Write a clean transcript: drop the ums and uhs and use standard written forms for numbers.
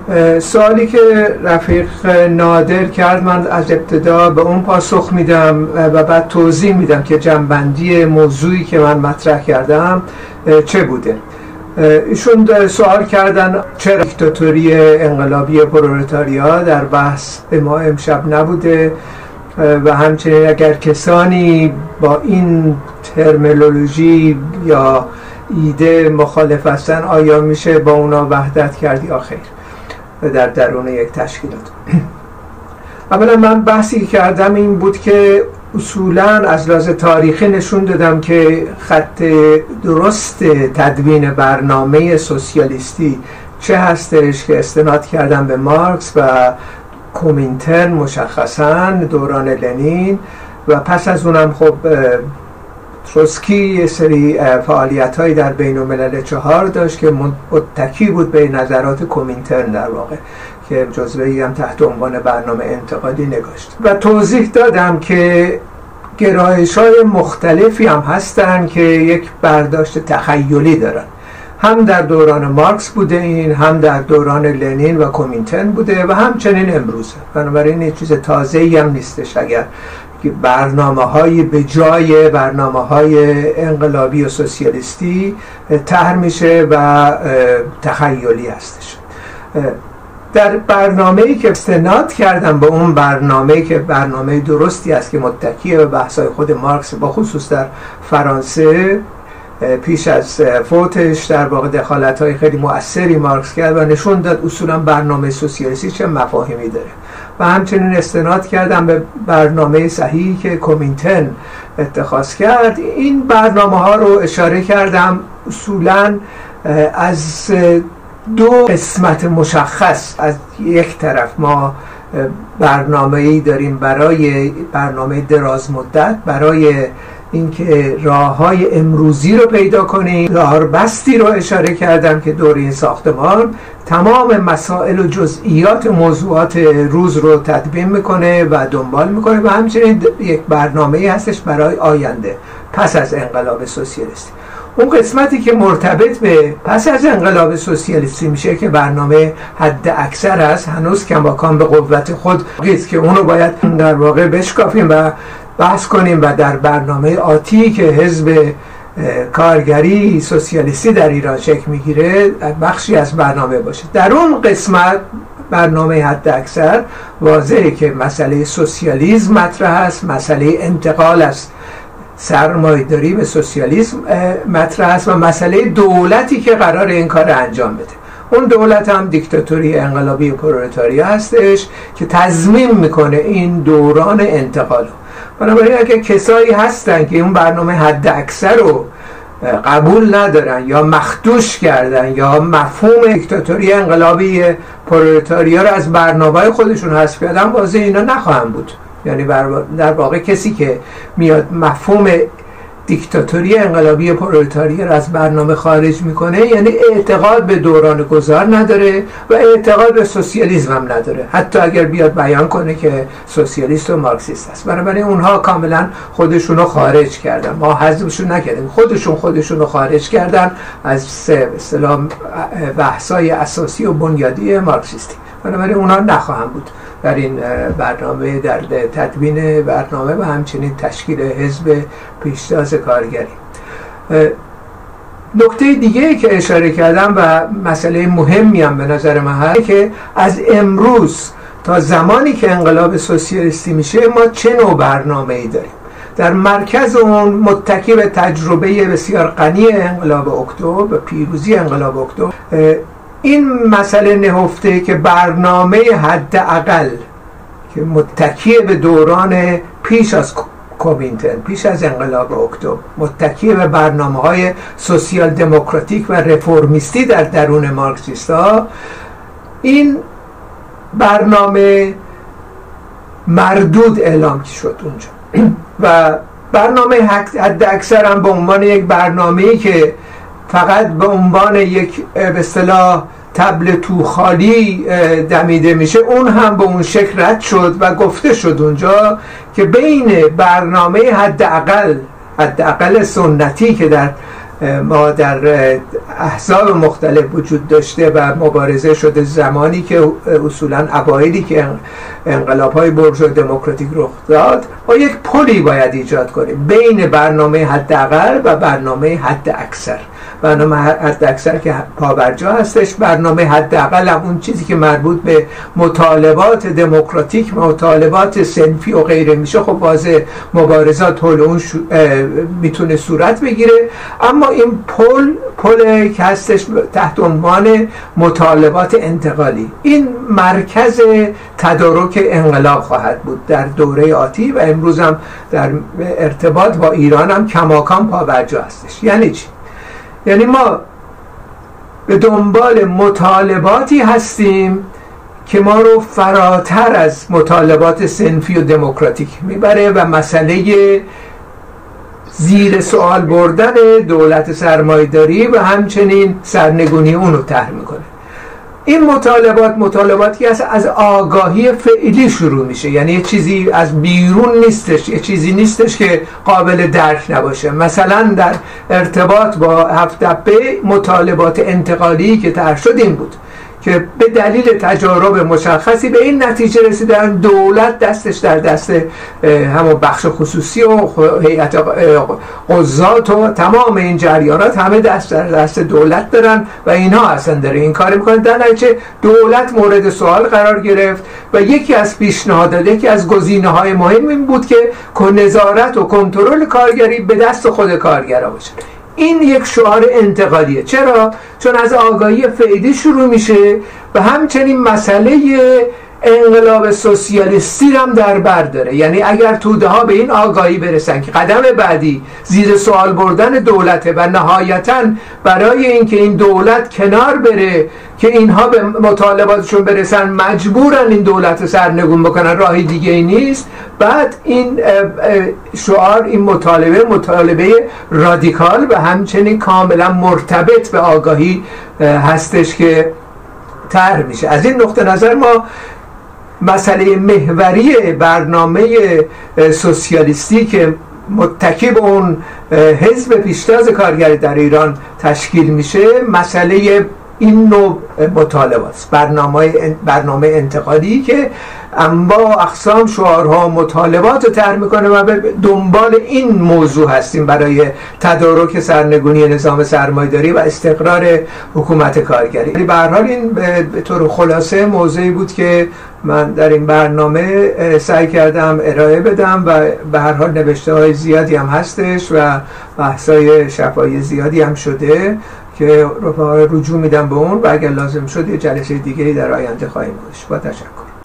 سوالی که رفیق نادر کرد من از ابتدا به اون پاسخ میدم و بعد توضیح میدم که جنبندی موضوعی که من مطرح کردم چه بوده. ایشون سوال کردن چرا دیکتاتوری انقلابی پرولتاریا در بحث ما امشب نبوده و همچنین اگر کسانی با این ترمینولوژی یا ایده مخالف هستن آیا میشه با اونا وحدت کرد یا خیر در درون یک تشکیلات. اولا من بحثی کردم این بود که اصولا از لحاظ تاریخی نشون دادم که خط درست تدوین برنامه سوسیالیستی چه هستش که استناد کردم به مارکس و کومینترن، مشخصا دوران لنین، و پس از اونم خب تروتسکی یه سری فعالیت‌هایی در بین‌الملل 4 داشت که متکی بود به نظرات کومینترن در واقع که جزوه‌ای هم تحت عنوان برنامه انتقادی نگاشت و توضیح دادم که گرایش‌های مختلفی هم هستن که یک برداشت تخیلی دارن. هم در دوران مارکس بوده این، هم در دوران لنین و کومینترن بوده و همچنین امروزه. بنابراین این چیز تازه‌ای هم نیستش اگر برنامه‌های به جای برنامه‌های انقلابی و سوسیالیستی طرح میشه و تخیلی هستش. در برنامه‌ای که استناد کردم به اون برنامه‌ای که برنامه درستی است که متکی به بحث‌های خود مارکس، با خصوص در فرانسه پیش از فوتش در واقع دخالت‌های خیلی مؤثری مارکس کرد و نشون داد اصولا برنامه سوسیالیستی چه مفاهیمی داره و همچنین استناد کردم به برنامه صحیحی که کومینترن اتخاذ کرد. این برنامه‌ها رو اشاره کردم اصولا از دو قسمت مشخص. از یک طرف ما برنامه‌ای داریم برای برنامه دراز مدت، برای اینکه راه‌های امروزی رو پیدا کنیم. راهبستی رو اشاره کردم که دور این ساختمان تمام مسائل و جزئیات موضوعات روز رو تدوین میکنه و دنبال میکنه و همچنین یک برنامه‌ای هستش برای آینده پس از انقلاب سوسیالیستی. اون قسمتی که مرتبط به پس از انقلاب سوسیالیستی میشه که برنامه حد اکثر است، هنوز کماکان به قوت خود است که اونو باید در واقع بشکافیم و بحث کنیم و در برنامه آتی که حزب کارگری سوسیالیستی در ایران شکل میگیره بخشی از برنامه باشه. در اون قسمت برنامه حد اکثر واضحه که مسئله سوسیالیسم مطرح است، مسئله انتقال از سرمایه‌داری به سوسیالیسم مطرح است و مسئله دولتی که قرار این کار انجام بده. اون دولت هم دیکتاتوری انقلابی پرولتاریا هستش که تضمین میکنه این دوران انتقالو. بنابراین اگه کسایی هستن که اون برنامه حد اکثر رو قبول ندارن یا مخدوش کردن یا مفهوم دیکتاتوری انقلابی پرولتاریا رو از برنامه خودشون حذف کردن، واضح اینا نخواهند بود. یعنی در واقع کسی که میاد مفهوم دیکتاتوری انقلابی پرولتاریا را از برنامه خارج میکنه یعنی اعتقاد به دوران گذار نداره و اعتقاد به سوسیالیسم هم نداره، حتی اگر بیاد بیان کنه که سوسیالیست و مارکسیست است. بنابراین اونها کاملا خودشونو خارج کردن، ما حذفشون نکردیم، خودشونو خارج کردن از اصطلاح بحث‌های اساسی و بنیادی مارکسیستی. بنابراین اونها نخواهند بود در این برنامه، در تدوین برنامه و همچنین تشکیل حزب پیشتاز کارگری. نکته دیگه که اشاره کردم و مسئله مهمی هم به نظر من هست که از امروز تا زمانی که انقلاب سوسیالیستی میشه ما چه نوع برنامه‌ای داریم. در مرکز اون متکی به تجربه بسیار غنی انقلاب اکتبر و پیروزی انقلاب اکتبر این مسئله نهفته که برنامه حداقل که متکی به دوران پیش از کومینترن، پیش از انقلاب اکتبر، متکی به برنامه‌های سوسیال دموکراتیک و رفرمیستی در درون مارکسیستا، این برنامه مردود اعلام شد اونجا و برنامه حد اکثر هم به عنوان یک برنامه‌ای که فقط به عنوان یک به اصطلاح تبل تو خالی دمیده میشه، اون هم به اون شکل رد شد و گفته شد اونجا که بین برنامه حداقل سنتی که در ما در احزاب مختلف وجود داشته و مبارزه شده زمانی که اصولا اوایلی که انقلاب‌های بورژوا دموکراتیک رخ داد، ما یک پلی باید ایجاد کنیم بین برنامه حداقل و برنامه حد اکثر. برنامه حد اکثر که پابرجا هستش، برنامه حداقل هم اون چیزی که مربوط به مطالبات دموکراتیک، مطالبات صنفی و غیره میشه، خب واضح مبارزات حول اون میتونه صورت بگیره. اما این پل که هستش تحت عنوان مطالبات انتقالی، این مرکز تدارک انقلاب خواهد بود در دوره آتی و امروز هم در ارتباط با ایران هم کماکان پابرجا هستش. یعنی چی؟ یعنی ما به دنبال مطالباتی هستیم که ما رو فراتر از مطالبات صنفی و دموکراتیک میبره و مسئله زیر سوال بردن دولت سرمایه‌داری و همچنین سرنگونی اون رو طرح میکنه. این مطالباتی از آگاهی فعلی شروع میشه، یعنی یه چیزی از بیرون نیستش، یه چیزی نیستش که قابل درک نباشه. مثلا در ارتباط با هفت‌تپه مطالبات انتقالی که طرح شد این بود که به دلیل تجارب مشخصی به این نتیجه رسیدن دولت دستش در دست همون بخش خصوصی و هیئت قضات و تمام این جریانات همه دست در دست دولت دارن و اینها اصلا داره این کار میکنن. در نتیجه دولت مورد سوال قرار گرفت و یکی از پیشنهادات، یکی از گزینه‌های مهم این بود که نظارت و کنترل کارگری به دست خود کارگرها باشه. این یک شعار انتقالیه. چرا؟ چون از آگاهی فعلی شروع میشه و همچنین مسئله انقلاب سوسیالیستی هم در بر داره. یعنی اگر توده ها به این آگاهی برسن که قدم بعدی زیر سوال بردن دولته و نهایتاً برای اینکه این دولت کنار بره که اینها به مطالباتشون برسن مجبورن این دولت سرنگون بکنن، راهی دیگه ای نیست، بعد این شعار، این مطالبه رادیکال و همچنین کاملا مرتبط به آگاهی هستش که طرح میشه. از این نقطه نظر ما مسئله محوری برنامه سوسیالیستی که متکی به اون حزب پیشتاز کارگری در ایران تشکیل میشه، مسئله این نوع مطالبات، برنامه انتقالی که انواع اقسام شعارها و مطالبات رو طرح میکنه و به دنبال این موضوع هستیم برای تدارک سرنگونی نظام سرمایه‌داری و استقرار حکومت کارگری. به هر حال این به طور خلاصه موضوعی بود که من در این برنامه سعی کردم ارائه بدم و به هر حال نوشته‌های زیادی هم هستش و بحث‌های شفاهی زیادی هم شده که رجوع میدم به اون و اگر لازم شد یه جلسه دیگه در آینده خواهیم داشت. با تشکر.